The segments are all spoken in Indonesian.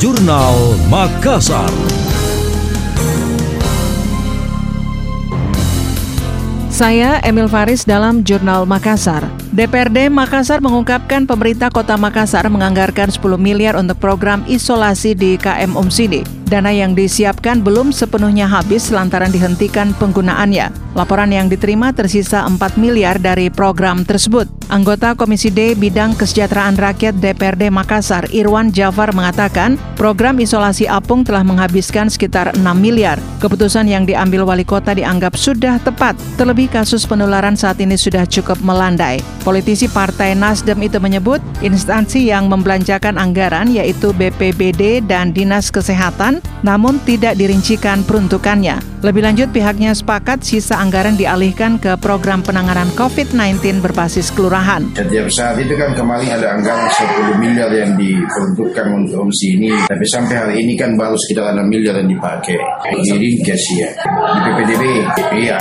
Jurnal Makassar. Saya Emil Faris dalam Jurnal Makassar. DPRD Makassar mengungkapkan pemerintah Kota Makassar menganggarkan 10 miliar untuk program isolasi di KM Umsini. Dana yang disiapkan belum sepenuhnya habis lantaran dihentikan penggunaannya. Laporan yang diterima tersisa 4 miliar dari program tersebut. Anggota Komisi D Bidang Kesejahteraan Rakyat DPRD Makassar, Irwan Jafar mengatakan, program isolasi apung telah menghabiskan sekitar 6 miliar. Keputusan yang diambil wali kota dianggap sudah tepat, terlebih kasus penularan saat ini sudah cukup melandai. Politisi Partai Nasdem itu menyebut, instansi yang membelanjakan anggaran yaitu BPBD dan Dinas Kesehatan, namun tidak dirincikan peruntukannya. Lebih lanjut, pihaknya sepakat sisa anggaran dialihkan ke program penanganan COVID-19 berbasis kelurahan. Setiap saat itu kan kemarin ada anggaran 10 miliar yang diperuntukkan untuk Umsini, tapi sampai hari ini kan baru sekitar 6 miliar yang dipakai. Di ringkes ya, di PPDB, iya.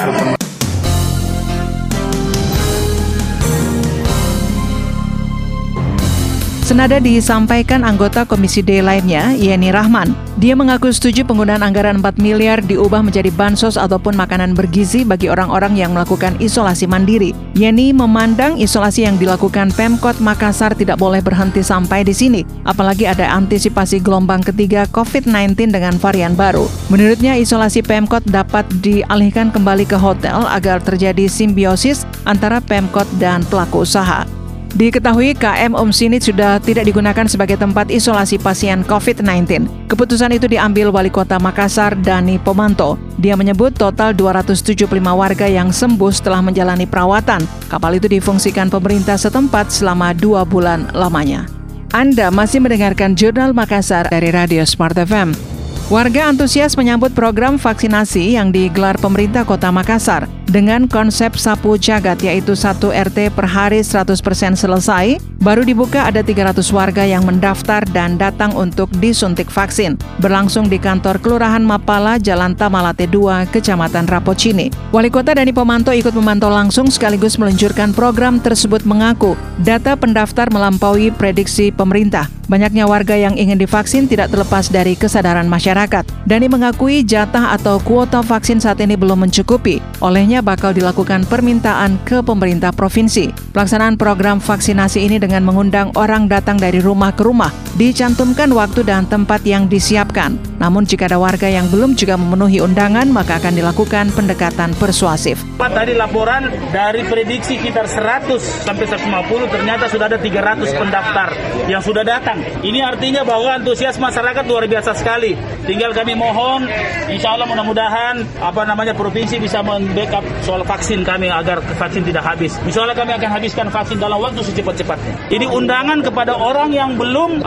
Senada disampaikan anggota Komisi D lainnya, Yeni Rahman. Dia mengaku setuju penggunaan anggaran 4 miliar diubah menjadi bansos ataupun makanan bergizi bagi orang-orang yang melakukan isolasi mandiri. Yeni memandang isolasi yang dilakukan Pemkot Makassar tidak boleh berhenti sampai di sini, apalagi ada antisipasi gelombang ketiga COVID-19 dengan varian baru. Menurutnya, isolasi Pemkot dapat dialihkan kembali ke hotel agar terjadi simbiosis antara Pemkot dan pelaku usaha. Diketahui KM Umsini sudah tidak digunakan sebagai tempat isolasi pasien COVID-19. Keputusan itu diambil Wali Kota Makassar, Dani Pomanto. Dia menyebut total 275 warga yang sembuh setelah menjalani perawatan. Kapal itu difungsikan pemerintah setempat selama 2 bulan lamanya. Anda masih mendengarkan Jurnal Makassar dari Radio Smart FM. Warga antusias menyambut program vaksinasi yang digelar pemerintah Kota Makassar. Dengan konsep sapu jagat yaitu 1 RT per hari 100% selesai, baru dibuka ada 300 warga yang mendaftar dan datang untuk disuntik vaksin. Berlangsung di kantor Kelurahan Mapala, Jalan Tamalate 2, Kecamatan Rapocini. Wali Kota Dani Pomanto ikut memantau langsung sekaligus meluncurkan program tersebut mengaku data pendaftar melampaui prediksi pemerintah. Banyaknya warga yang ingin divaksin tidak terlepas dari kesadaran masyarakat. Dani mengakui jatah atau kuota vaksin saat ini belum mencukupi. Olehnya bakal dilakukan permintaan ke pemerintah provinsi. Pelaksanaan program vaksinasi ini dengan mengundang orang datang dari rumah ke rumah. Dicantumkan waktu dan tempat yang disiapkan. Namun jika ada warga yang belum juga memenuhi undangan, maka akan dilakukan pendekatan persuasif. Tadi laporan dari prediksi sekitar 100 sampai 150, ternyata sudah ada 300 pendaftar yang sudah datang. Ini artinya bahwa antusias masyarakat luar biasa sekali. Tinggal kami mohon, insya Allah mudah-mudahan provinsi bisa membackup soal vaksin kami agar vaksin tidak habis. Insya Allah kami akan habiskan vaksin dalam waktu secepat-cepatnya. Ini undangan kepada orang yang belum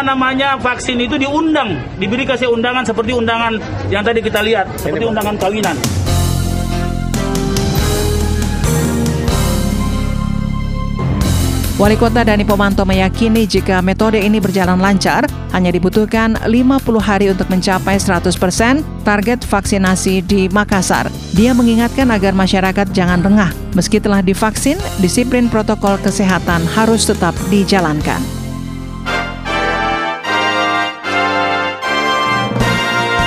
vaksin itu diundang, diberi kasih undangan seperti undangan yang tadi kita lihat, seperti undangan kawinan. Wali Kota Dani Pomanto meyakini jika metode ini berjalan lancar, hanya dibutuhkan 50 hari untuk mencapai 100% target vaksinasi di Makassar. Dia mengingatkan agar masyarakat jangan lengah. Meski telah divaksin, disiplin protokol kesehatan harus tetap dijalankan.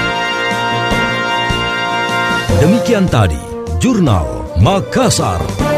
Demikian tadi, Jurnal Makassar.